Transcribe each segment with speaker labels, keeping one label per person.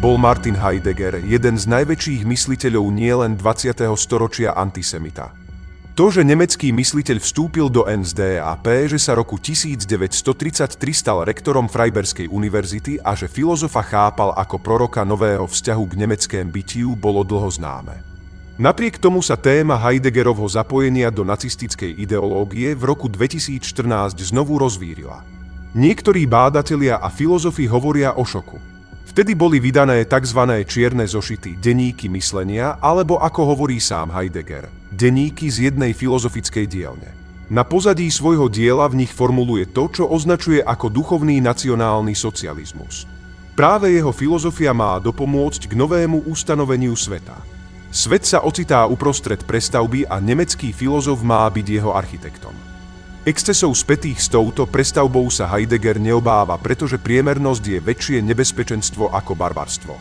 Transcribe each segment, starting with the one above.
Speaker 1: bol Martin Heidegger, jeden z najväčších mysliteľov nielen 20. storočia antisemita. To, že nemecký mysliteľ vstúpil do NSDAP, že sa roku 1933 stal rektorom Freibergskej univerzity a že filozofa chápal ako proroka nového vzťahu k nemeckému bytiu, bolo dlho známe. Napriek tomu sa téma Heideggerovho zapojenia do nacistickej ideológie v roku 2014 znovu rozvírila. Niektorí bádatelia a filozofi hovoria o šoku. Vtedy boli vydané tzv. Čierne zošity, denníky myslenia, alebo ako hovorí sám Heidegger, denníky z jednej filozofickej dielne. Na pozadí svojho diela v nich formuluje to, čo označuje ako duchovný nacionálny socializmus. Práve jeho filozofia má dopomôcť k novému ustanoveniu sveta. Svet sa ocitá uprostred prestavby a nemecký filozof má byť jeho architektom. Excesov spätých s touto prestavbou sa Heidegger neobáva, pretože priemernosť je väčšie nebezpečenstvo ako barbarstvo.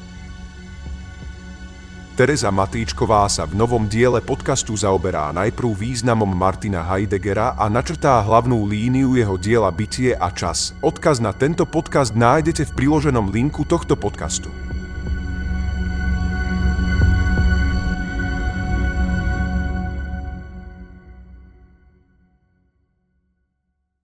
Speaker 1: Tereza Matýčková sa v novom diele podcastu zaoberá najprv významom Martina Heideggera a načrtá hlavnú líniu jeho diela Bytie a čas. Odkaz na tento podcast nájdete v priloženom linku tohto podcastu.